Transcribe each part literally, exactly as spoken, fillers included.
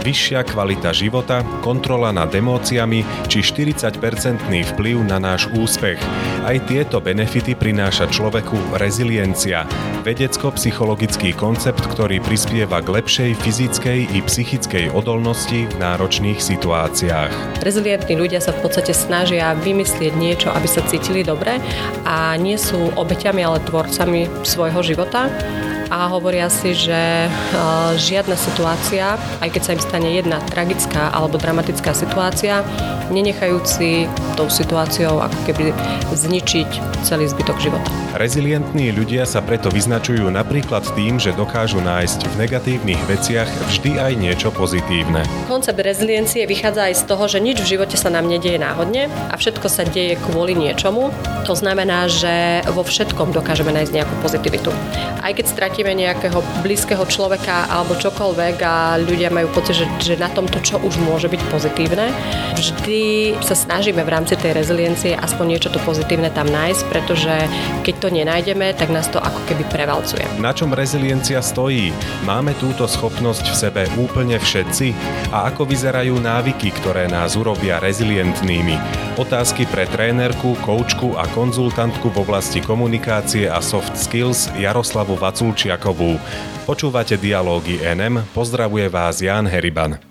vyššia kvalita života, kontrola nad emóciami či štyridsaťpercentný vplyv na náš úspech. Aj tieto benefity prináša človeku reziliencia, vedecko-psychologický koncept, ktorý prispieva k lepšej fyzickej i psychickej odolnosti v náročných situáciách. Rezilientní ľudia sa v podstate snažia vymyslieť niečo, aby sa cítili dobre a nie sú obeťami, ale tvorcami svojho života. A hovoria si, že uh, žiadna situácia, aj keď sa im stane jedna tragická alebo dramatická situácia, nenechajúci tou situáciou ako keby zničiť celý zbytok života. Rezilientní ľudia sa preto vyznačujú napríklad tým, že dokážu nájsť v negatívnych veciach vždy aj niečo pozitívne. Koncept reziliencie vychádza aj z toho, že nič v živote sa nám nedieje náhodne a všetko sa deje kvôli niečomu. To znamená, že vo všetkom dokážeme nájsť nejakú pozitivitu. Aj keď stratíme nejakého blízkeho človeka alebo čokoľvek a ľudia majú pocit, že, že na tomto čo už môže byť pozitívne, vždy sa snažíme v rámci tej reziliencie aspoň niečo to pozitívne tam nájsť, pretože keď to nenájdeme, tak nás to ako keby prevalcuje. Na čom reziliencia stojí? Máme túto schopnosť v sebe úplne všetci? A ako vyzerajú návyky, ktoré nás urobia rezilientnými? Otázky pre trénerku, koučku a konzultantku v oblasti komunikácie a soft skills Jaroslavu Vaculčiakovú. Počúvate Dialógy en em, pozdravuje vás Ján Heriban.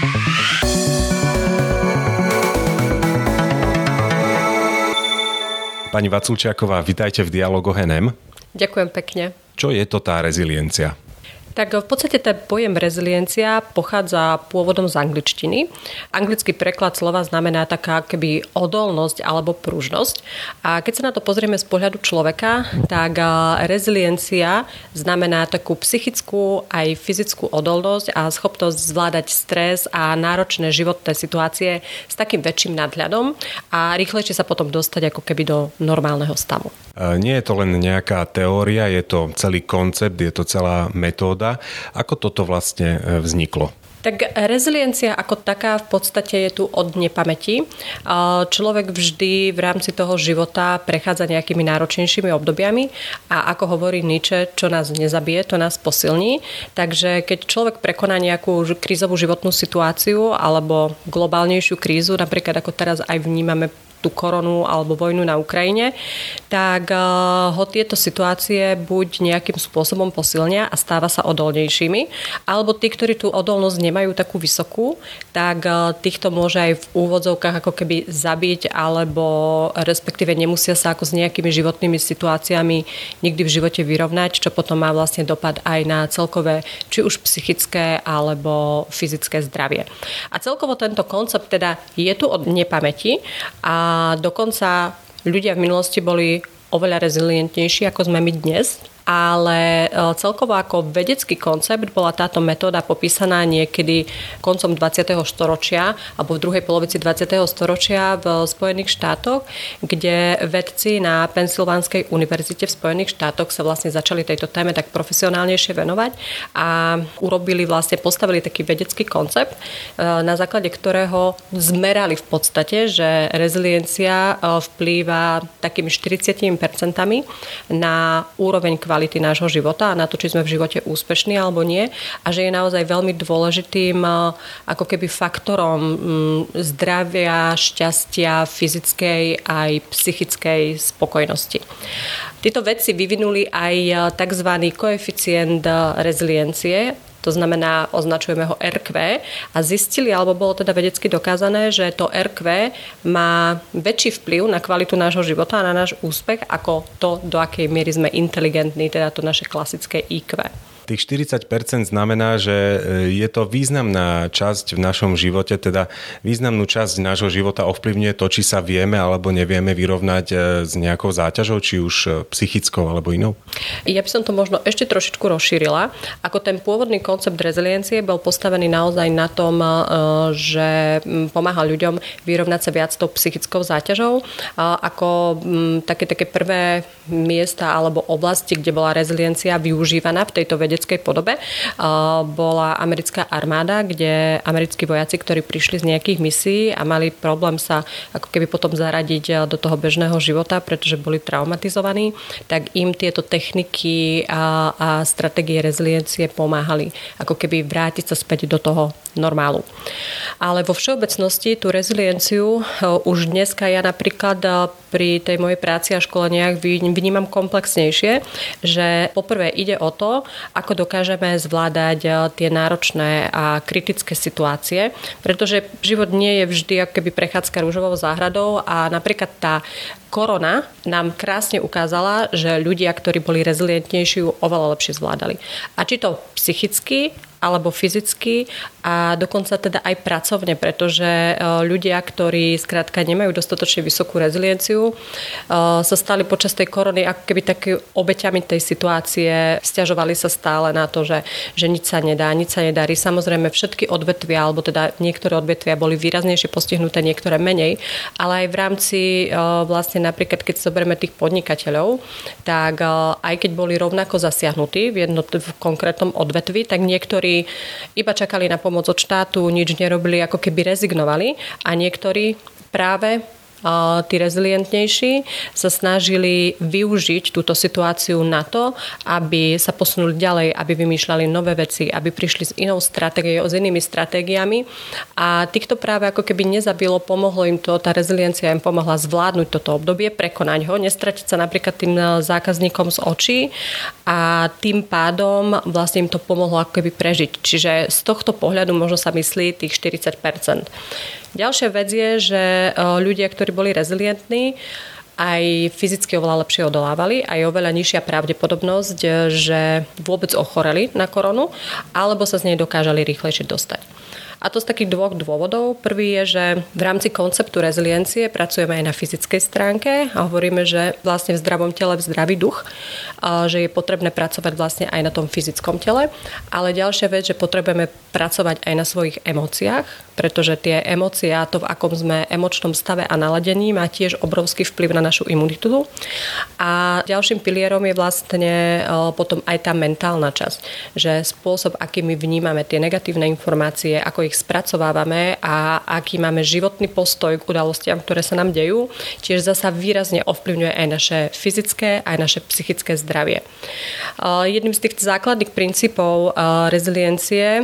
Pani Vaculčiaková, vitajte v Dialógoch en em. Ďakujem pekne. Čo je to tá reziliencia? Tak v podstate ten pojem reziliencia pochádza pôvodom z angličtiny. Anglický preklad slova znamená taká keby odolnosť alebo pružnosť. A keď sa na to pozrieme z pohľadu človeka, tak reziliencia znamená takú psychickú aj fyzickú odolnosť a schopnosť zvládať stres a náročné životné situácie s takým väčším nadhľadom a rýchlejšie sa potom dostať ako keby do normálneho stavu. Nie je to len nejaká teória, je to celý koncept, je to celá metóda. Ako toto vlastne vzniklo? Tak reziliencia ako taká v podstate je tu od nepamäti. Človek vždy v rámci toho života prechádza nejakými náročnejšími obdobiami a ako hovorí Nietzsche, čo nás nezabije, to nás posilní. Takže keď človek prekoná nejakú krízovú životnú situáciu alebo globálnejšiu krízu, napríklad ako teraz aj vnímame tú koronu alebo vojnu na Ukrajine, tak uh, ho tieto situácie buď nejakým spôsobom posilnia a stáva sa odolnejšími, alebo tí, ktorí tú odolnosť nemajú takú vysokú, tak uh, týchto môže aj v úvodzovkách ako keby zabiť, alebo respektíve nemusia sa ako s nejakými životnými situáciami nikdy v živote vyrovnať, čo potom má vlastne dopad aj na celkové, či už psychické alebo fyzické zdravie. A celkovo tento koncept teda je tu od nepamäti a A dokonca ľudia v minulosti boli oveľa rezilientnejší, ako sme my dnes. Ale celkovo ako vedecký koncept bola táto metóda popísaná niekedy koncom dvadsiateho storočia alebo v druhej polovici dvadsiateho storočia v Spojených štátoch, kde vedci na Pensylvánskej univerzite v Spojených štátoch sa vlastne začali tejto téme tak profesionálnejšie venovať a urobili vlastne, postavili taký vedecký koncept, na základe ktorého zmerali v podstate, že reziliencia vplýva takými štyridsať percent na úroveň kvality nášho života a na to, či sme v živote úspešní alebo nie a že je naozaj veľmi dôležitým ako keby faktorom zdravia, šťastia, fyzickej aj psychickej spokojnosti. Títo vedci vyvinuli aj tzv. Koeficient reziliencie, to znamená, označujeme ho er kvé a zistili, alebo bolo teda vedecky dokázané, že to er kvé má väčší vplyv na kvalitu nášho života a na náš úspech ako to, do akej miery sme inteligentní, teda to naše klasické í kvé. Tých štyridsať percent znamená, že je to významná časť v našom živote, teda významnú časť nášho života ovplyvňuje to, či sa vieme alebo nevieme vyrovnať s nejakou záťažou, či už psychickou alebo inou? Ja by som to možno ešte trošičku rozšírila. Ako ten pôvodný koncept reziliencie bol postavený naozaj na tom, že pomáha ľuďom vyrovnať sa viac s tou psychickou záťažou. Ako také, také prvé miesta alebo oblasti, kde bola reziliencia využívaná v tejto vedeckej podobe, bola americká armáda, kde americkí vojaci, ktorí prišli z nejakých misií a mali problém sa ako keby potom zaradiť do toho bežného života, pretože boli traumatizovaní, tak im tieto techniky a, a stratégie reziliencie pomáhali ako keby vrátiť sa späť do toho normálu. Ale vo všeobecnosti tú rezilienciu už dneska ja napríklad pri tej mojej práci a školeniach vnímam komplexnejšie, že poprvé ide o to, ako dokážeme zvládať tie náročné a kritické situácie, pretože život nie je vždy ako keby prechádzka rúžovou záhradou a napríklad tá korona nám krásne ukázala, že ľudia, ktorí boli rezilientnejší, oveľa lepšie zvládali. A či to psychicky, alebo fyzicky a dokonca teda aj pracovne, pretože ľudia, ktorí skrátka nemajú dostatočne vysokú rezilienciu, sa stali počas tej korony ako keby taký obeťami tej situácie, sťažovali sa stále na to, že, že nič sa nedá, nič sa nedarí. Samozrejme všetky odvetvia, alebo teda niektoré odvetvia boli výraznejšie postihnuté, niektoré menej, ale aj v rámci vlastne napríklad, keď zoberieme tých podnikateľov, tak aj keď boli rovnako zasiahnutí v jednom v konkrétnom odvetvi, tak niektorí iba čakali na pomoc od štátu, nič nerobili, ako keby rezignovali a niektorí práve tí rezilientnejší sa snažili využiť túto situáciu na to, aby sa posunuli ďalej, aby vymýšľali nové veci, aby prišli s inou stratégiou, s inými stratégiami a týchto práve ako keby nezabilo, pomohlo im to, tá reziliencia im pomohla zvládnuť toto obdobie, prekonať ho, nestratiť sa napríklad tým zákazníkom z očí a tým pádom vlastne im to pomohlo ako keby prežiť. Čiže z tohto pohľadu možno sa myslí tých štyridsať percent. Ďalšia vec je, že ľudia, ktorí boli rezilientní, aj fyzicky oveľa lepšie odolávali, aj oveľa nižšia pravdepodobnosť, že vôbec ochoreli na koronu, alebo sa z nej dokážali rýchlejšie dostať. A to z takých dvoch dôvodov. Prvý je, že v rámci konceptu reziliencie pracujeme aj na fyzickej stránke a hovoríme, že vlastne v zdravom tele, v zdravý duch, že je potrebné pracovať vlastne aj na tom fyzickom tele. Ale ďalšia vec, že potrebujeme pracovať aj na svojich emóciách, pretože tie emócie a to, v akom sme emočnom stave a naladení, má tiež obrovský vplyv na našu imunitu. A ďalším pilierom je vlastne potom aj tá mentálna časť, že spôsob, akým my vnímame tie negatívne informácie, ako ich spracovávame a aký máme životný postoj k udalostiam, ktoré sa nám dejú, tiež zasa výrazne ovplyvňuje aj naše fyzické, aj naše psychické zdravie. Jedným z tých základných princípov reziliencie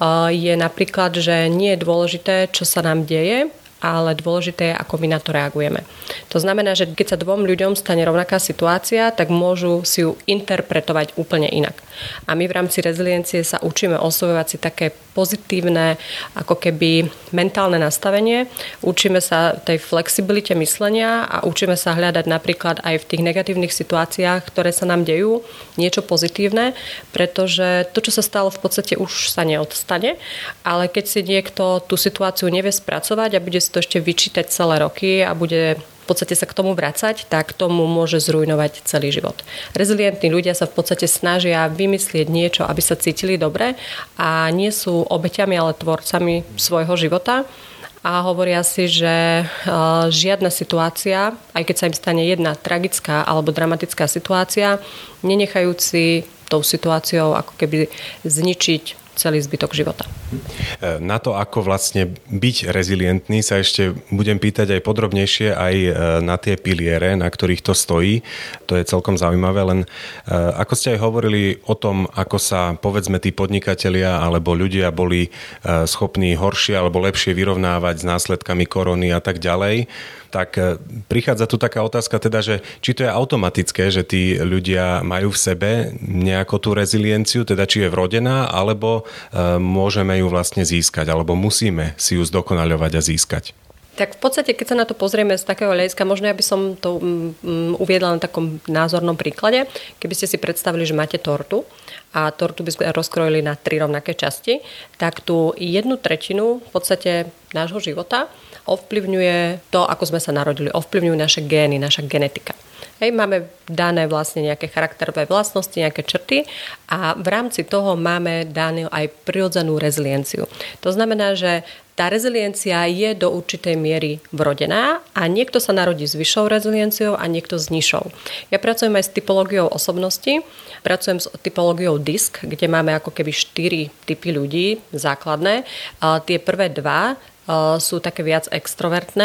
je napríklad, že nie je dôležité, čo sa nám deje, ale dôležité je, ako my na to reagujeme. To znamená, že keď sa dvom ľuďom stane rovnaká situácia, tak môžu si ju interpretovať úplne inak. A my v rámci reziliencie sa učíme osvojovať si také pozitívne, ako keby mentálne nastavenie. Učíme sa tej flexibilite myslenia a učíme sa hľadať napríklad aj v tých negatívnych situáciách, ktoré sa nám dejú, niečo pozitívne, pretože to, čo sa stalo, v podstate už sa neodstane, ale keď si niekto tú situáciu nevie spracovať a bude si to ešte vyčítať celé roky a bude v podstate sa k tomu vracať, tak tomu môže zrujnovať celý život. Rezilientní ľudia sa v podstate snažia vymyslieť niečo, aby sa cítili dobre a nie sú obeťami, ale tvorcami svojho života. A hovoria si, že žiadna situácia, aj keď sa im stane jedna tragická alebo dramatická situácia, nenechajúci tou situáciou ako keby zničiť celý zbytok života. Na to, ako vlastne byť rezilientný, sa ešte budem pýtať aj podrobnejšie aj na tie piliere, na ktorých to stojí. To je celkom zaujímavé, len ako ste aj hovorili o tom, ako sa povedzme tí podnikatelia alebo ľudia boli schopní horšie alebo lepšie vyrovnávať s následkami korony a tak ďalej, tak prichádza tu taká otázka teda, že či to je automatické, že tí ľudia majú v sebe nejakú tú rezilienciu, teda či je vrodená, alebo môžeme ju vlastne získať, alebo musíme si ju zdokonaľovať a získať. Tak v podstate, keď sa na to pozrieme z takého hľadiska, možno ja by som to um, uviedla na takom názornom príklade. Keby ste si predstavili, že máte tortu a tortu by sme rozkrojili na tri rovnaké časti, tak tú jednu tretinu v podstate nášho života ovplyvňuje to, ako sme sa narodili, ovplyvňujú naše gény, naša genetika. Hej, máme dané vlastne nejaké charakterové vlastnosti, nejaké črty a v rámci toho máme danú aj prirodzenú rezilienciu. To znamená, že tá reziliencia je do určitej miery vrodená a niekto sa narodí s vyššou rezilienciou a niekto s nižšou. Ja pracujem aj s typológiou osobnosti, pracujem s typológiou dé í es ká, kde máme ako keby štyri typy ľudí základné. A tie prvé dva sú také viac extrovertné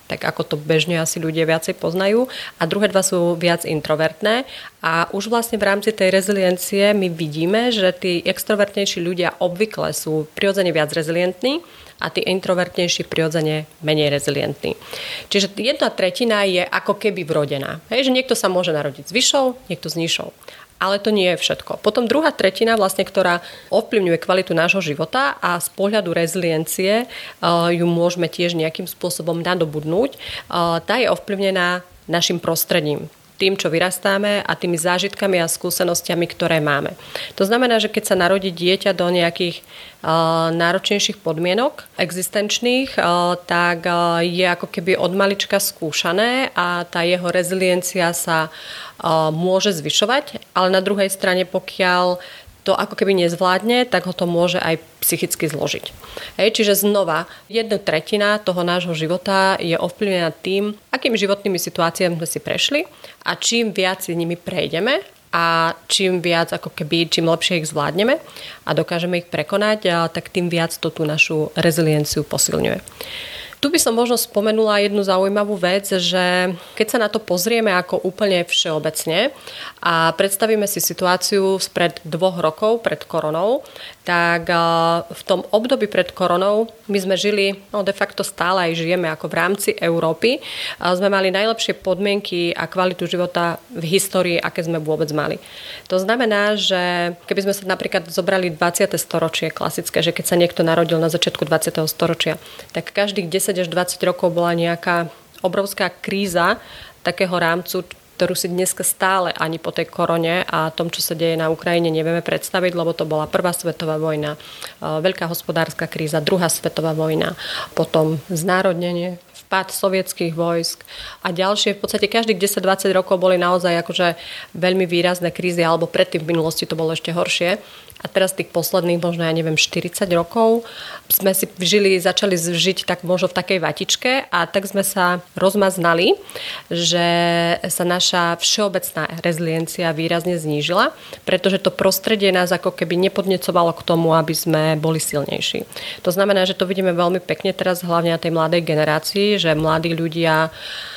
tak ako to bežne asi ľudia viacej poznajú. A druhé dva sú viac introvertné. A už vlastne v rámci tej reziliencie my vidíme, že tí extrovertnejší ľudia obvykle sú prirodzene viac rezilientní a tí introvertnejší prirodzene menej rezilientní. Čiže jedna tretina je ako keby vrodená. Hej, že niekto sa môže narodiť s vyššou, niekto s nižšou. Ale to nie je všetko. Potom druhá tretina, vlastne, ktorá ovplyvňuje kvalitu nášho života a z pohľadu reziliencie uh, ju môžeme tiež nejakým spôsobom nadobudnúť, uh, tá je ovplyvnená našim prostredím, tým, čo vyrastáme a tými zážitkami a skúsenostiami, ktoré máme. To znamená, že keď sa narodí dieťa do nejakých uh, náročnejších podmienok existenčných, uh, tak uh, je ako keby od malička skúšané a tá jeho reziliencia sa uh, môže zvyšovať, ale na druhej strane, pokiaľ to ako keby nezvládne, tak ho to môže aj psychicky zložiť. Hej, čiže znova, jedna tretina toho nášho života je ovplyvnená tým, akými životnými situáciami sme si prešli a čím viac si nimi prejdeme a čím viac, ako keby, čím lepšie ich zvládneme a dokážeme ich prekonať, tak tým viac to tú našu rezilienciu posilňuje. Tu by som možno spomenula jednu zaujímavú vec, že keď sa na to pozrieme ako úplne všeobecne a predstavíme si situáciu spred dvoch rokov pred koronou, tak v tom období pred koronou my sme žili, no de facto stále aj žijeme ako v rámci Európy. Sme mali najlepšie podmienky a kvalitu života v histórii, aké sme vôbec mali. To znamená, že keby sme sa napríklad zobrali dvadsiate storočie klasické, že keď sa niekto narodil na začiatku dvadsiateho storočia, tak každých desať až dvadsať rokov bola nejaká obrovská kríza takého rámcu, ktorú si dneska stále ani po tej korone a tom, čo sa deje na Ukrajine, nevieme predstaviť, lebo to bola prvá svetová vojna, veľká hospodárska kríza, druhá svetová vojna, potom znárodnenie, vpád sovietských vojsk a ďalšie. V podstate každých desať dvadsať rokov boli naozaj akože veľmi výrazné krízy, alebo predtým v minulosti to bolo ešte horšie. A teraz tých posledných, možno ja neviem, štyridsať rokov sme si žili, začali žiť tak možno v takej vatičke a tak sme sa rozmaznali, že sa naša všeobecná reziliencia výrazne znížila, pretože to prostredie nás ako keby nepodnecovalo k tomu, aby sme boli silnejší. To znamená, že to vidíme veľmi pekne teraz, hlavne na tej mladej generácii, že mladí ľudia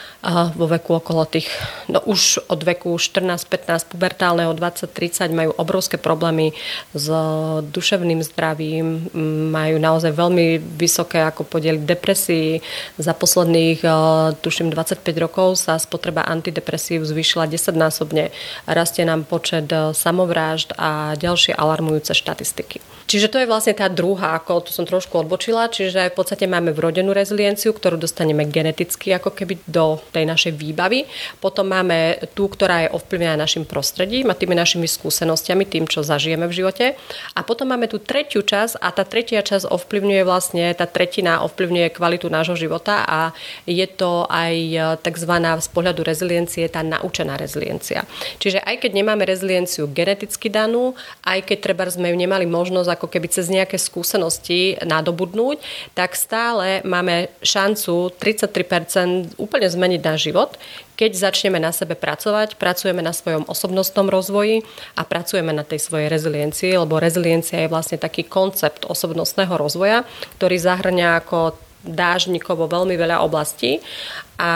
vo veku okolo tých, no už od veku štrnásť pätnásť, pubertálneho dvadsať tridsať majú obrovské problémy s duševným zdravím, majú naozaj veľmi vysoké ako podiely depresií. Za posledných, tuším, dvadsaťpäť rokov sa spotreba antidepresív zvýšila desaťnásobne. Rastie nám počet samovrážd a ďalšie alarmujúce štatistiky. Čiže to je vlastne tá druhá, ako tu som trošku odbočila, čiže v podstate máme vrodenú rezilienciu, ktorú dostaneme geneticky ako keby do tej našej výbavy. Potom máme tú, ktorá je ovplyvnená našim prostredím a tými našimi skúsenostiami, tým, čo zažijeme v živote. A potom máme tú tretiu časť a tá tretia časť ovplyvňuje vlastne, tá tretina ovplyvňuje kvalitu nášho života a je to aj takzvaná z pohľadu reziliencie tá naučená reziliencia. Čiže aj keď nemáme rezilienciu geneticky danú, aj keď treba sme ju nemali možnosť ako keby cez nejaké skúsenosti nadobudnúť, tak stále máme šancu tridsaťtri percent úplne zmeniť náš život, keď začneme na sebe pracovať, pracujeme na svojom osobnostnom rozvoji a pracujeme na tej svojej reziliencii, lebo reziliencia je vlastne taký koncept osobnostného rozvoja, ktorý zahrňa ako dážnikovo veľmi veľa oblastí a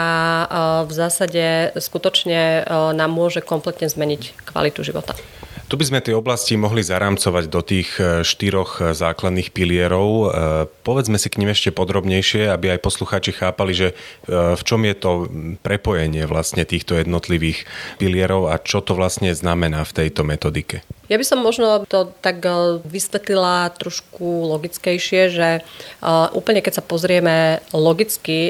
v zásade skutočne nám môže kompletne zmeniť kvalitu života. Tu by sme tie oblasti mohli zarámcovať do tých štyroch základných pilierov. Povedzme si k nim ešte podrobnejšie, aby aj poslucháči chápali, že v čom je to prepojenie vlastne týchto jednotlivých pilierov a čo to vlastne znamená v tejto metodike. Ja by som možno to tak vysvetlila trošku logickejšie, že úplne keď sa pozrieme logicky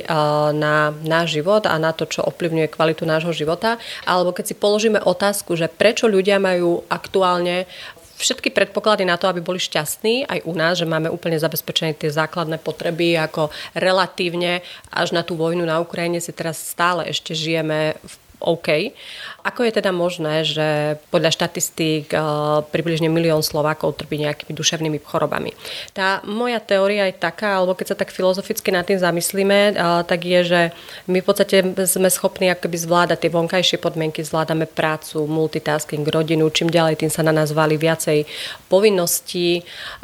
na náš život a na to, čo ovplyvňuje kvalitu nášho života, alebo keď si položíme otázku, že prečo ľudia majú aktuálne všetky predpoklady na to, aby boli šťastní aj u nás, že máme úplne zabezpečené tie základné potreby, ako relatívne až na tú vojnu na Ukrajine si teraz stále ešte žijeme v OK. Ako je teda možné, že podľa štatistík približne milión Slovákov trpí nejakými duševnými chorobami? Tá moja teória je taká, alebo keď sa tak filozoficky nad tým zamyslíme, tak je, že my v podstate sme schopní akoby zvládať tie vonkajšie podmienky, zvládame prácu, multitasking, rodinu, čím ďalej, tým sa na nás valí viacej povinností,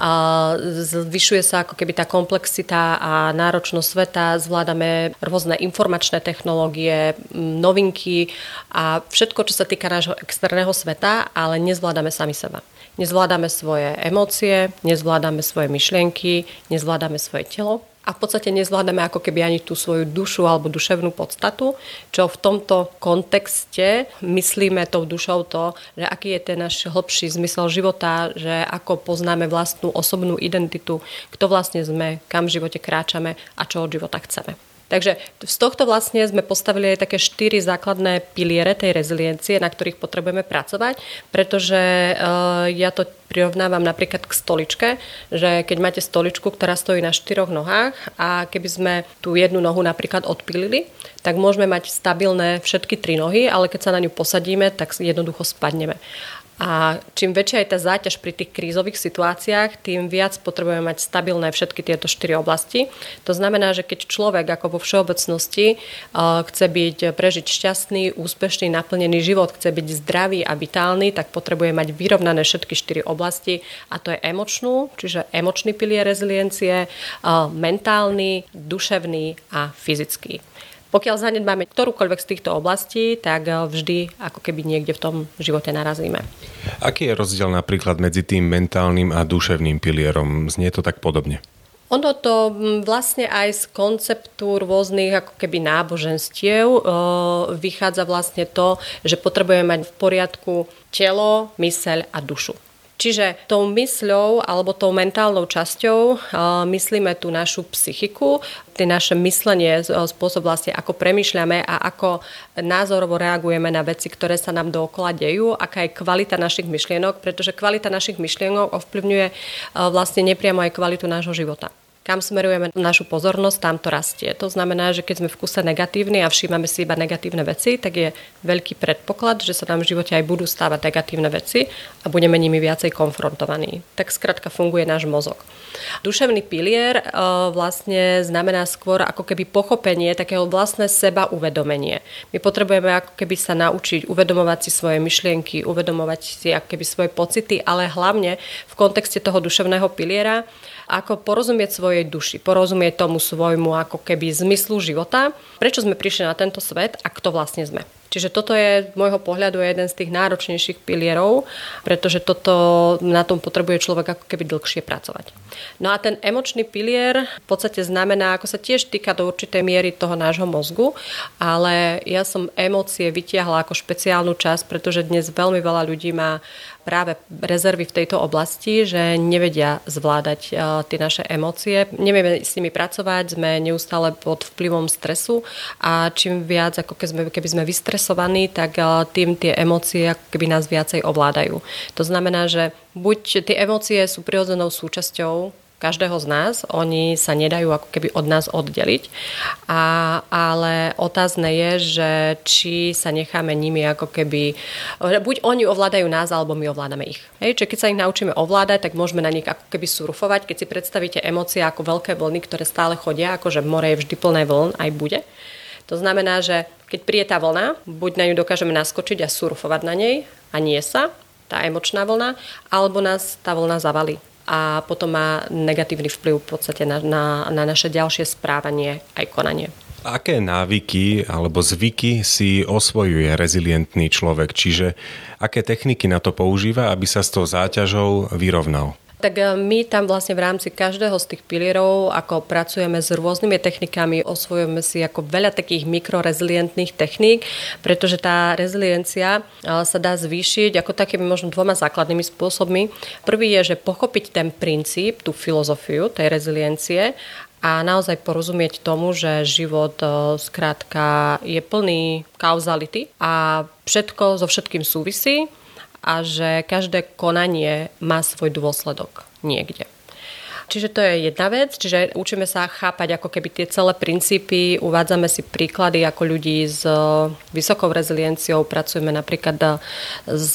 zvyšuje sa ako keby tá komplexita a náročnosť sveta, zvládame rôzne informačné technológie, novinky a všetko, čo sa týka nášho externého sveta, ale nezvládame sami seba. Nezvládame svoje emócie, nezvládame svoje myšlienky, nezvládame svoje telo a v podstate nezvládame ako keby ani tú svoju dušu alebo duševnú podstatu, čo v tomto kontexte myslíme tou dušou to, že aký je ten náš hlbší zmysel života, že ako poznáme vlastnú osobnú identitu, kto vlastne sme, kam v živote kráčame a čo od života chceme. Takže z tohto vlastne sme postavili aj také štyri základné piliere tej reziliencie, na ktorých potrebujeme pracovať, pretože uh, ja to prirovnávam napríklad k stoličke, že keď máte stoličku, ktorá stojí na štyroch nohách a keby sme tú jednu nohu napríklad odpílili, tak môžeme mať stabilné všetky tri nohy, ale keď sa na ňu posadíme, tak jednoducho spadneme. A čím väčšia je tá záťaž pri tých krízových situáciách, tým viac potrebujeme mať stabilné všetky tieto štyri oblasti. To znamená, že keď človek ako vo všeobecnosti chce byť, prežiť šťastný, úspešný, naplnený život, chce byť zdravý a vitálny, tak potrebuje mať vyrovnané všetky štyri oblasti a to je emočnú, čiže emočný pilier reziliencie, mentálny, duševný a fyzický. Pokiaľ zanedbáme ktorúkoľvek z týchto oblastí, tak vždy ako keby niekde v tom živote narazíme. Aký je rozdiel napríklad medzi tým mentálnym a duševným pilierom? Znie to tak podobne. Ono to vlastne aj z konceptu rôznych ako keby náboženstiev vychádza vlastne to, že potrebujeme mať v poriadku telo, myseľ a dušu. Čiže tou mysľou alebo tou mentálnou časťou uh, myslíme tú našu psychiku, tie naše myslenie, spôsob vlastne ako premýšľame a ako názorovo reagujeme na veci, ktoré sa nám dookola dejú, aká je kvalita našich myšlienok, pretože kvalita našich myšlienok ovplyvňuje uh, vlastne nepriamo aj kvalitu nášho života. Kam smerujeme našu pozornosť, tam to rastie. To znamená, že keď sme v kuse negatívni a všímame si iba negatívne veci, tak je veľký predpoklad, že sa nám v živote aj budú stávať negatívne veci a budeme nimi viacej konfrontovaní. Tak skrátka funguje náš mozog. Duševný pilier e, vlastne znamená skôr ako keby pochopenie, takého vlastné seba uvedomenie. My potrebujeme ako keby sa naučiť uvedomovať si svoje myšlienky, uvedomovať si ako keby svoje pocity, ale hlavne v kontexte toho duševného piliera ako porozumieť svojej duši, porozumieť tomu svojmu ako keby zmyslu života, prečo sme prišli na tento svet a kto vlastne sme. Čiže toto je z môjho pohľadu jeden z tých náročnejších pilierov, pretože toto, na tom potrebuje človek ako keby dlhšie pracovať. No a ten emočný pilier v podstate znamená, ako sa tiež týka do určitej miery toho nášho mozgu, ale ja som emócie vytiahla ako špeciálnu časť, pretože dnes veľmi veľa ľudí má práve rezervy v tejto oblasti, že nevedia zvládať uh, tie naše emócie, nevieme s nimi pracovať, sme neustále pod vplyvom stresu a čím viac, ako keby sme, keby sme vystresovaní, tak uh, tým tie emócie ako keby nás viacej ovládajú. To znamená, že buď tie emócie sú prirodzenou súčasťou každého z nás, oni sa nedajú ako keby od nás oddeliť, a, ale otázne je, že či sa necháme nimi ako keby, buď oni ovládajú nás, alebo my ovládame ich. Hej, čiže keď sa ich naučíme ovládať, tak môžeme na nich ako keby surfovať. Keď si predstavíte emócie ako veľké vlny, ktoré stále chodia, akože more je vždy plné vln, aj bude. To znamená, že keď príde tá vlna, buď na ňu dokážeme naskočiť a surfovať na nej a nie sa, tá emočná vlna, alebo nás tá vlna zavalí. A potom má negatívny vplyv v podstate na, na, na naše ďalšie správanie aj konanie. Aké návyky alebo zvyky si osvojuje rezilientný človek? Čiže aké techniky na to používa, aby sa s tou záťažou vyrovnal? Tak my tam vlastne v rámci každého z tých pilierov, ako pracujeme s rôznymi technikami, osvojujeme si ako veľa takých mikrorezilientných techník, pretože tá reziliencia sa dá zvýšiť ako takými možno dvoma základnými spôsobmi. Prvý je, že pochopiť ten princíp, tú filozofiu tej reziliencie a naozaj porozumieť tomu, že život skrátka je plný kauzality a všetko so všetkým súvisí a že každé konanie má svoj dôsledok niekde. Čiže to je jedna vec, čiže učíme sa chápať ako keby tie celé princípy, uvádzame si príklady ako ľudí s vysokou rezilienciou, pracujeme napríklad s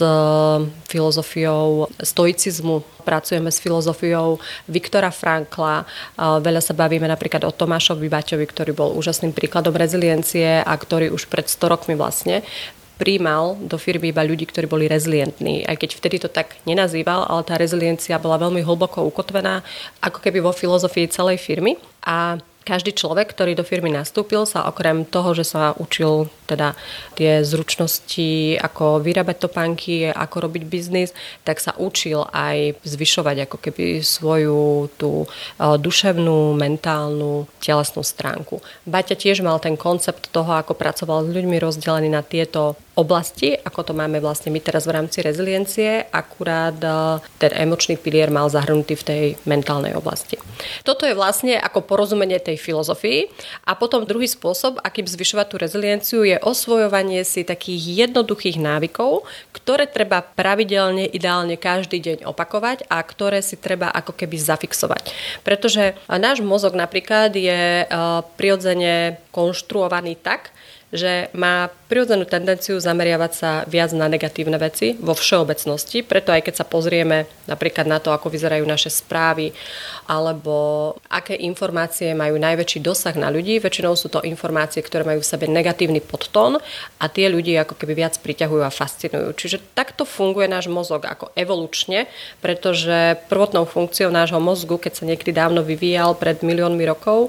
filozofiou stoicizmu, pracujeme s filozofiou Viktora Frankla, veľa sa bavíme napríklad o Tomášovi Baťovi, ktorý bol úžasným príkladom reziliencie a ktorý už pred sto rokmi vlastne prijímal do firmy iba ľudí, ktorí boli rezilientní. Aj keď vtedy to tak nenazýval, ale tá reziliencia bola veľmi hlboko ukotvená, ako keby vo filozofii celej firmy. A každý človek, ktorý do firmy nastúpil, sa okrem toho, že sa učil teda tie zručnosti, ako vyrábať topánky, ako robiť biznis, tak sa učil aj zvyšovať ako keby svoju tú duševnú, mentálnu, telesnú stránku. Baťa tiež mal ten koncept toho, ako pracoval s ľuďmi rozdelený na tieto oblasti, ako to máme vlastne my teraz v rámci reziliencie, akurát ten emočný pilier mal zahrnutý v tej mentálnej oblasti. Toto je vlastne ako porozumenie tej filozofii a potom druhý spôsob, akým zvyšovať tú rezilienciu, je osvojovanie si takých jednoduchých návykov, ktoré treba pravidelne, ideálne každý deň opakovať a ktoré si treba ako keby zafixovať. Pretože náš mozog napríklad je prirodzene konštruovaný tak, že má prirodzenú tendenciu zameriavať sa viac na negatívne veci vo všeobecnosti, preto aj keď sa pozrieme napríklad na to, ako vyzerajú naše správy alebo aké informácie majú najväčší dosah na ľudí, väčšinou sú to informácie, ktoré majú v sebe negatívny podtón a tie ľudí ako keby viac priťahujú a fascinujú. Čiže takto funguje náš mozog ako evolučne, pretože prvotnou funkciou nášho mozgu, keď sa niekedy dávno vyvíjal pred miliónmi rokov,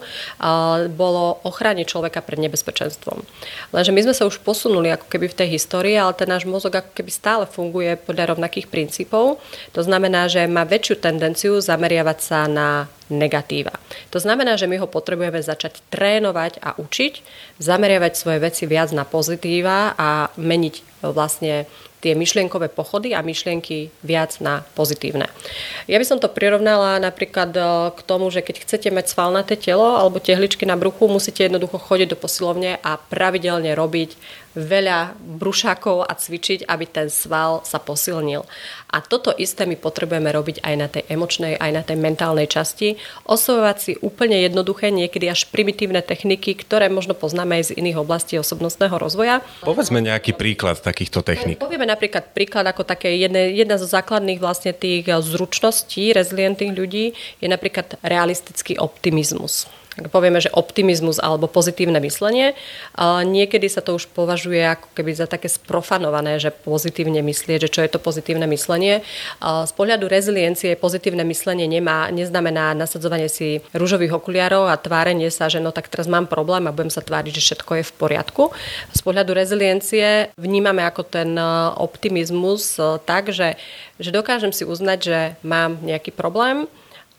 bolo ochrániť človeka pred nebezpečenstvom. Lenže my sme sa už posunuli ako keby v tej histórii, ale ten náš mozog ako keby stále funguje podľa rovnakých princípov. To znamená, že má väčšiu tendenciu zameriavať sa na negatíva. To znamená, že my ho potrebujeme začať trénovať a učiť, zameriavať svoje veci viac na pozitíva a meniť vlastne tie myšlienkové pochody a myšlienky viac na pozitívne. Ja by som to prirovnala napríklad k tomu, že keď chcete mať svalnaté telo alebo tehličky na bruchu, musíte jednoducho chodiť do posilovne a pravidelne robiť veľa brušákov a cvičiť, aby ten sval sa posilnil. A toto isté my potrebujeme robiť aj na tej emočnej, aj na tej mentálnej časti. Osvojovať si úplne jednoduché, niekedy až primitívne techniky, ktoré možno poznáme aj z iných oblastí osobnostného rozvoja. Povedzme nejaký príklad takýchto techník. Povieme napríklad príklad ako také jedne, jedna zo základných vlastne tých zručností rezilientných ľudí je napríklad realistický optimizmus. Ak povieme, že optimizmus alebo pozitívne myslenie, niekedy sa to už považuje ako keby za také sprofanované, že pozitívne myslieť, že čo je to pozitívne myslenie. Z pohľadu reziliencie pozitívne myslenie nemá, neznamená nasadzovanie si ružových okuliarov a tvárenie sa, že no tak teraz mám problém a budem sa tváriť, že všetko je v poriadku. Z pohľadu reziliencie vnímame ako ten optimizmus tak, že, že dokážem si uznať, že mám nejaký problém,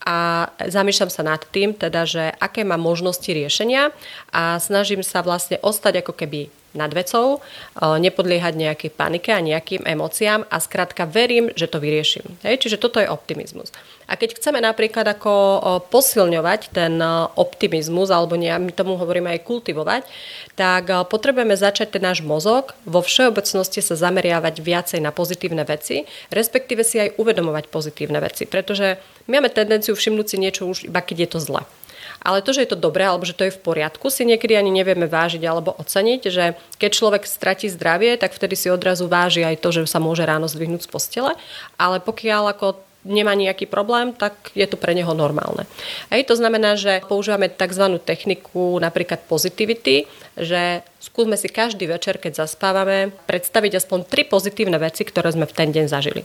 a zamýšľam sa nad tým, teda, že aké mám možnosti riešenia a snažím sa vlastne ostať ako keby nad vecou, nepodliehať nejakej panike a nejakým emóciám a skrátka verím, že to vyrieším. Hej? Čiže toto je optimizmus. A keď chceme napríklad ako posilňovať ten optimizmus, alebo my tomu hovoríme aj kultivovať, tak potrebujeme začať ten náš mozog vo všeobecnosti sa zameriavať viacej na pozitívne veci, respektíve si aj uvedomovať pozitívne veci, pretože my máme tendenciu všimnúť si niečo už iba keď je to zle. Ale to, že je to dobré alebo že to je v poriadku, si niekedy ani nevieme vážiť alebo oceniť, že keď človek stratí zdravie, tak vtedy si odrazu váži aj to, že sa môže ráno zdvihnúť z postele, ale pokiaľ ako nemá nejaký problém, tak je to pre neho normálne. Hej, to znamená, že používame tzv. Techniku napríklad positivity, že skúsme si každý večer, keď zaspávame, predstaviť aspoň tri pozitívne veci, ktoré sme v ten deň zažili.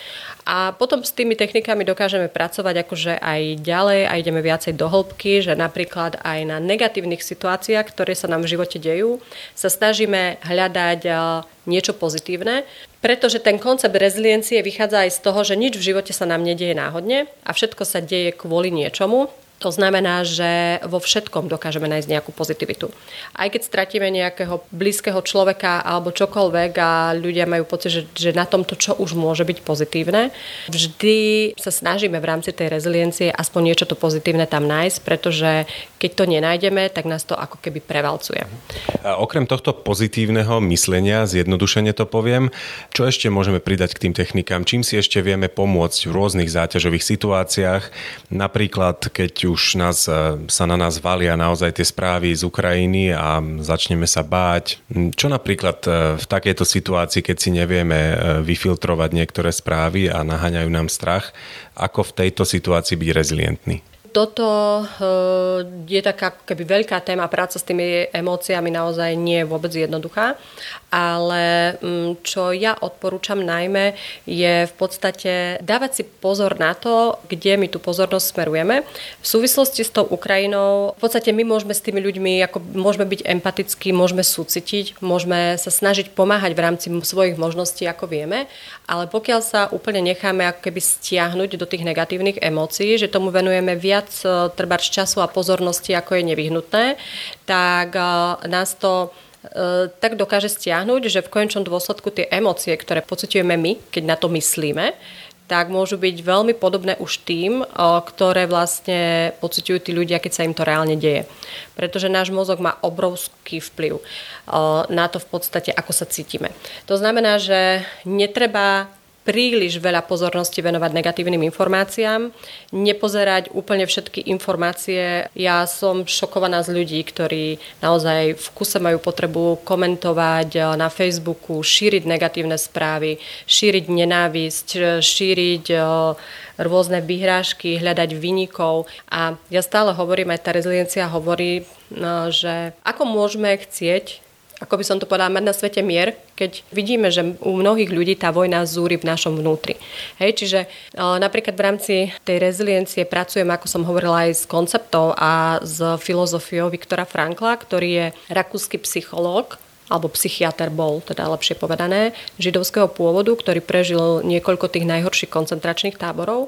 A potom s tými technikami dokážeme pracovať akože aj ďalej a ideme viacej do hĺbky, že napríklad aj na negatívnych situáciách, ktoré sa nám v živote dejú, sa snažíme hľadať niečo pozitívne, pretože ten koncept reziliencie vychádza aj z toho, že nič v živote sa nám nedieje náhodne a všetko sa deje kvôli niečomu. To znamená, že vo všetkom dokážeme nájsť nejakú pozitivitu. Aj keď stratíme nejakého blízkeho človeka alebo čokoľvek a ľudia majú pocit, že, že na tomto, čo už môže byť pozitívne, vždy sa snažíme v rámci tej reziliencie aspoň niečo to pozitívne tam nájsť, pretože keď to nenájdeme, tak nás to ako keby prevalcuje. A okrem tohto pozitívneho myslenia, zjednodušene to poviem, čo ešte môžeme pridať k tým technikám? Čím si ešte vieme pomôcť v rôznych záťažových situáciách? Napríklad, keď už nás, sa na nás valia naozaj tie správy z Ukrajiny a začneme sa báť. Čo napríklad v takejto situácii, keď si nevieme vyfiltrovať niektoré správy a naháňajú nám strach, ako v tejto situácii byť rezilientný? Toto je taká keby veľká téma, práca s tými emóciami naozaj nie je vôbec jednoduchá, ale čo ja odporúčam najmä je v podstate dávať si pozor na to, kde my tú pozornosť smerujeme. V súvislosti s tou Ukrajinou v podstate my môžeme s tými ľuďmi, ako môžeme byť empatickí, môžeme súcitiť, môžeme sa snažiť pomáhať v rámci svojich možností, ako vieme, ale pokiaľ sa úplne necháme ako keby stiahnuť do tých negatívnych emócií, že tomu venujeme viac trebárs času a pozornosti, ako je nevyhnutné, tak nás to tak dokáže stiahnuť, že v konečnom dôsledku tie emócie, ktoré pociťujeme my, keď na to myslíme, tak môžu byť veľmi podobné už tým, ktoré vlastne pociťujú tí ľudia, keď sa im to reálne deje. Pretože náš mozog má obrovský vplyv na to v podstate, ako sa cítime. To znamená, že netreba príliš veľa pozornosti venovať negatívnym informáciám, nepozerať úplne všetky informácie. Ja som šokovaná z ľudí, ktorí naozaj v kuse majú potrebu komentovať na Facebooku, šíriť negatívne správy, šíriť nenávisť, šíriť rôzne vyhrážky, hľadať viníkov. A ja stále hovorím, aj tá reziliencia hovorí, že ako môžeme chcieť, ako by som to povedala, mať na svete mier, keď vidíme, že u mnohých ľudí tá vojna zúri v našom vnútri. Hej, čiže e, napríklad v rámci tej reziliencie pracujem, ako som hovorila, aj s konceptom a s filozofiou Viktora Frankla, ktorý je rakúsky psychológ, alebo psychiatr bol, teda lepšie povedané, židovského pôvodu, ktorý prežil niekoľko tých najhorších koncentračných táborov.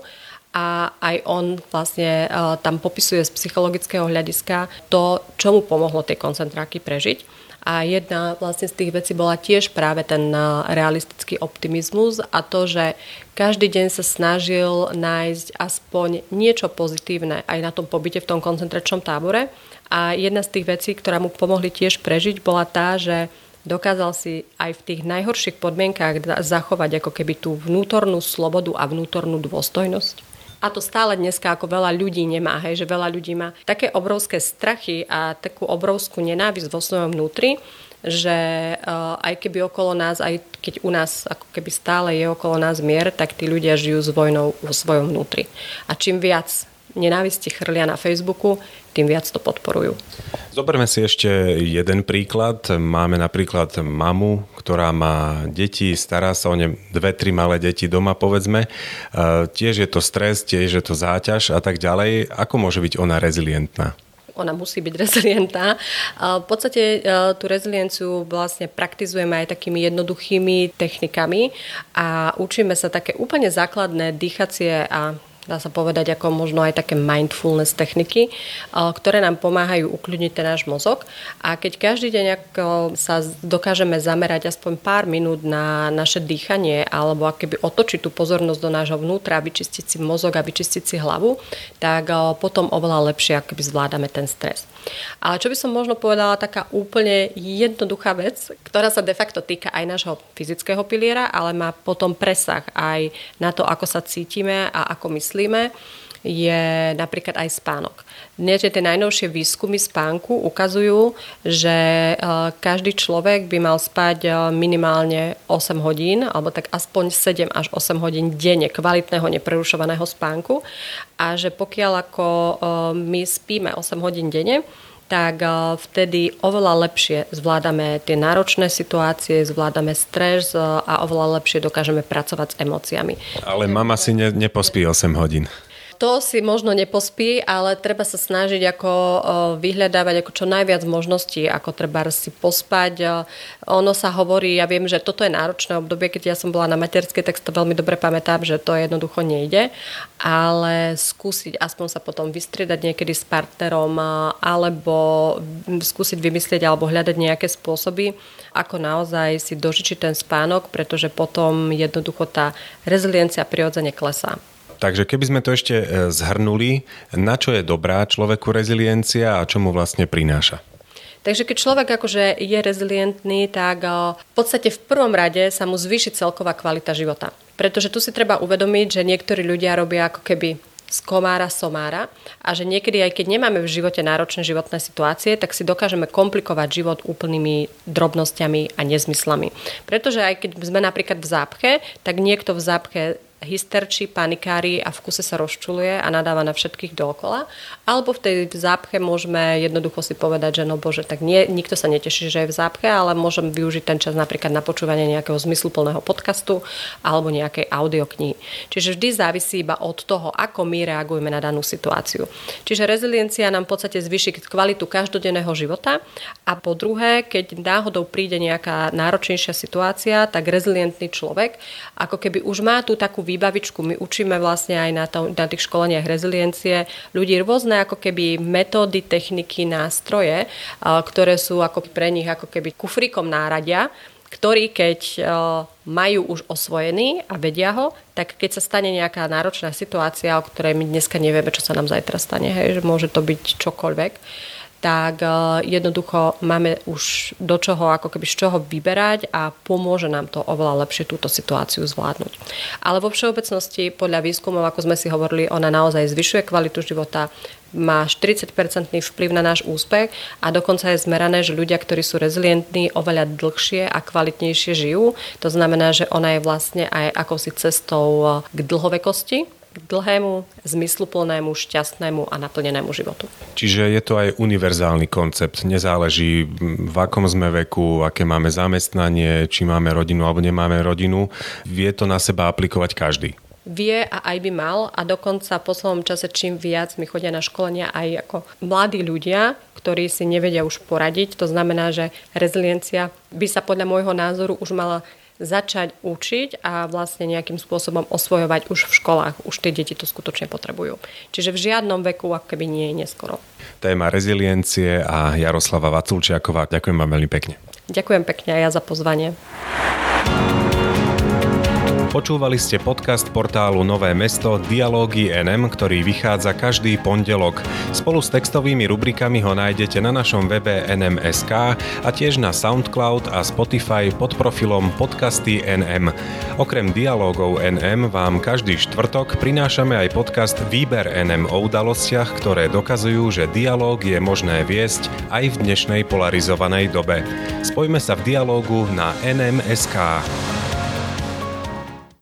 A aj on vlastne e, tam popisuje z psychologického hľadiska to, čo mu pomohlo tie koncentráky prežiť. A jedna vlastne z tých vecí bola tiež práve ten realistický optimizmus a to, že každý deň sa snažil nájsť aspoň niečo pozitívne aj na tom pobyte v tom koncentračnom tábore. A jedna z tých vecí, ktorá mu pomohli tiež prežiť, bola tá, že dokázal si aj v tých najhorších podmienkách zachovať ako keby tú vnútornú slobodu a vnútornú dôstojnosť. A to stále dneska ako veľa ľudí nemá, hej, že veľa ľudí má také obrovské strachy a takú obrovskú nenávisť vo svojom vnútri, že uh, aj keby okolo nás, aj keď u nás ako keby stále je okolo nás mier, tak tí ľudia žijú s vojnou vo svojom vnútri. A čím viac nenávisti chrlia na Facebooku, tým viac to podporujú. Zoberme si ešte jeden príklad. Máme napríklad mamu, ktorá má deti, stará sa o ne, dve, tri malé deti doma, povedzme. E, tiež je to stres, tiež je to záťaž a tak ďalej. Ako môže byť ona rezilientná? Ona musí byť rezilientná. V podstate tú rezilienciu vlastne praktizujeme aj takými jednoduchými technikami a učíme sa také úplne základné dýchacie a dá sa povedať ako možno aj také mindfulness techniky, ktoré nám pomáhajú ukľudniť ten náš mozog. A keď každý deň sa dokážeme zamerať aspoň pár minút na naše dýchanie alebo akoby otočiť tú pozornosť do nášho vnútra, vyčistiť si mozog a vyčistiť si hlavu, tak potom oveľa lepšie akoby zvládame ten stres. Ale čo by som možno povedala, taká úplne jednoduchá vec, ktorá sa de facto týka aj nášho fyzického piliera, ale má potom presah aj na to, ako sa cítime a ako myslíme, je napríklad aj spánok. Dnes tie najnovšie výskumy spánku ukazujú, že každý človek by mal spať minimálne osem hodín, alebo tak aspoň sedem až osem hodín denne kvalitného neprerušovaného spánku a že pokiaľ ako my spíme osem hodín denne, tak vtedy oveľa lepšie zvládame tie náročné situácie, zvládame stres a oveľa lepšie dokážeme pracovať s emóciami. Ale mama si ne, nepospí osem hodín. To si možno nepospí, ale treba sa snažiť ako vyhľadávať ako čo najviac možností, ako treba si pospať. Ono sa hovorí, ja viem, že toto je náročné obdobie, keď ja som bola na materskej, tak to veľmi dobre pamätám, že to jednoducho nejde, ale skúsiť aspoň sa potom vystriedať niekedy s partnerom alebo skúsiť vymyslieť alebo hľadať nejaké spôsoby, ako naozaj si dožičiť ten spánok, pretože potom jednoducho tá reziliencia prirodzene klesá. Takže keby sme to ešte zhrnuli, na čo je dobrá človeku reziliencia a čo mu vlastne prináša? Takže keď človek akože je rezilientný, tak v podstate v prvom rade sa mu zvýši celková kvalita života. Pretože tu si treba uvedomiť, že niektorí ľudia robia ako keby z komára somára a že niekedy, aj keď nemáme v živote náročné životné situácie, tak si dokážeme komplikovať život úplnými drobnosťami a nezmyslami. Pretože aj keď sme napríklad v zápche, tak niekto v zápche hysterčí, panikári a v kuse sa rozčuluje a nadáva na všetkých dookola. Alebo v tej zápche môžeme jednoducho si povedať, že no bože, tak nie, nikto sa neteší, že je v zápche, ale môžem využiť ten čas napríklad na počúvanie nejakého zmysluplného podcastu alebo nejakej audioknihy. Čiže vždy závisí iba od toho, ako my reagujeme na danú situáciu. Čiže reziliencia nám v podstate zvýši kvalitu každodenného života a po druhé, keď náhodou príde nejaká náročnejšia situácia, tak rezilientný človek ako keby už má tú takú výbavičku. My učíme vlastne aj na, to, na tých školeniach reziliencie ľudí rôzne ako keby metódy, techniky, nástroje, ktoré sú ako pre nich ako keby kufríkom náradia, ktorý keď majú už osvojený a vedia ho, tak keď sa stane nejaká náročná situácia, o ktorej my dneska nevieme, čo sa nám zajtra stane, hej, že môže to byť čokoľvek, tak jednoducho máme už do čoho, ako keby z čoho vyberať a pomôže nám to oveľa lepšie túto situáciu zvládnuť. Ale vo všeobecnosti, podľa výskumov, ako sme si hovorili, ona naozaj zvyšuje kvalitu života, má štyridsať percent vplyv na náš úspech a dokonca je zmerané, že ľudia, ktorí sú rezilientní, oveľa dlhšie a kvalitnejšie žijú. To znamená, že ona je vlastne aj akousi cestou k dlhovekosti, k dlhému, zmysluplnému, šťastnému a naplnenému životu. Čiže je to aj univerzálny koncept. Nezáleží, v akom sme veku, aké máme zamestnanie, či máme rodinu alebo nemáme rodinu. Vie to na seba aplikovať každý. Vie a aj by mal a dokonca v poslednom čase čím viac mi chodia na školenia aj ako mladí ľudia, ktorí si nevedia už poradiť. To znamená, že reziliencia by sa podľa môjho názoru už mala začať učiť a vlastne nejakým spôsobom osvojovať už v školách. Už tie deti to skutočne potrebujú. Čiže v žiadnom veku ako keby nie je neskoro. Téma reziliencie a Jaroslava Vaculčiaková. Ďakujem vám veľmi pekne. Ďakujem pekne aj ja za pozvanie. Počúvali ste podcast portálu Nové mesto Dialógy en em, ktorý vychádza každý pondelok. Spolu s textovými rubrikami ho nájdete na našom webe en em bodka es ká a tiež na SoundCloud a Spotify pod profilom Podcasty en em. Okrem Dialógov en em vám každý štvrtok prinášame aj podcast Výber en em o udalostiach, ktoré dokazujú, že dialóg je možné viesť aj v dnešnej polarizovanej dobe. Spojme sa v dialógu na en em bodka es ká.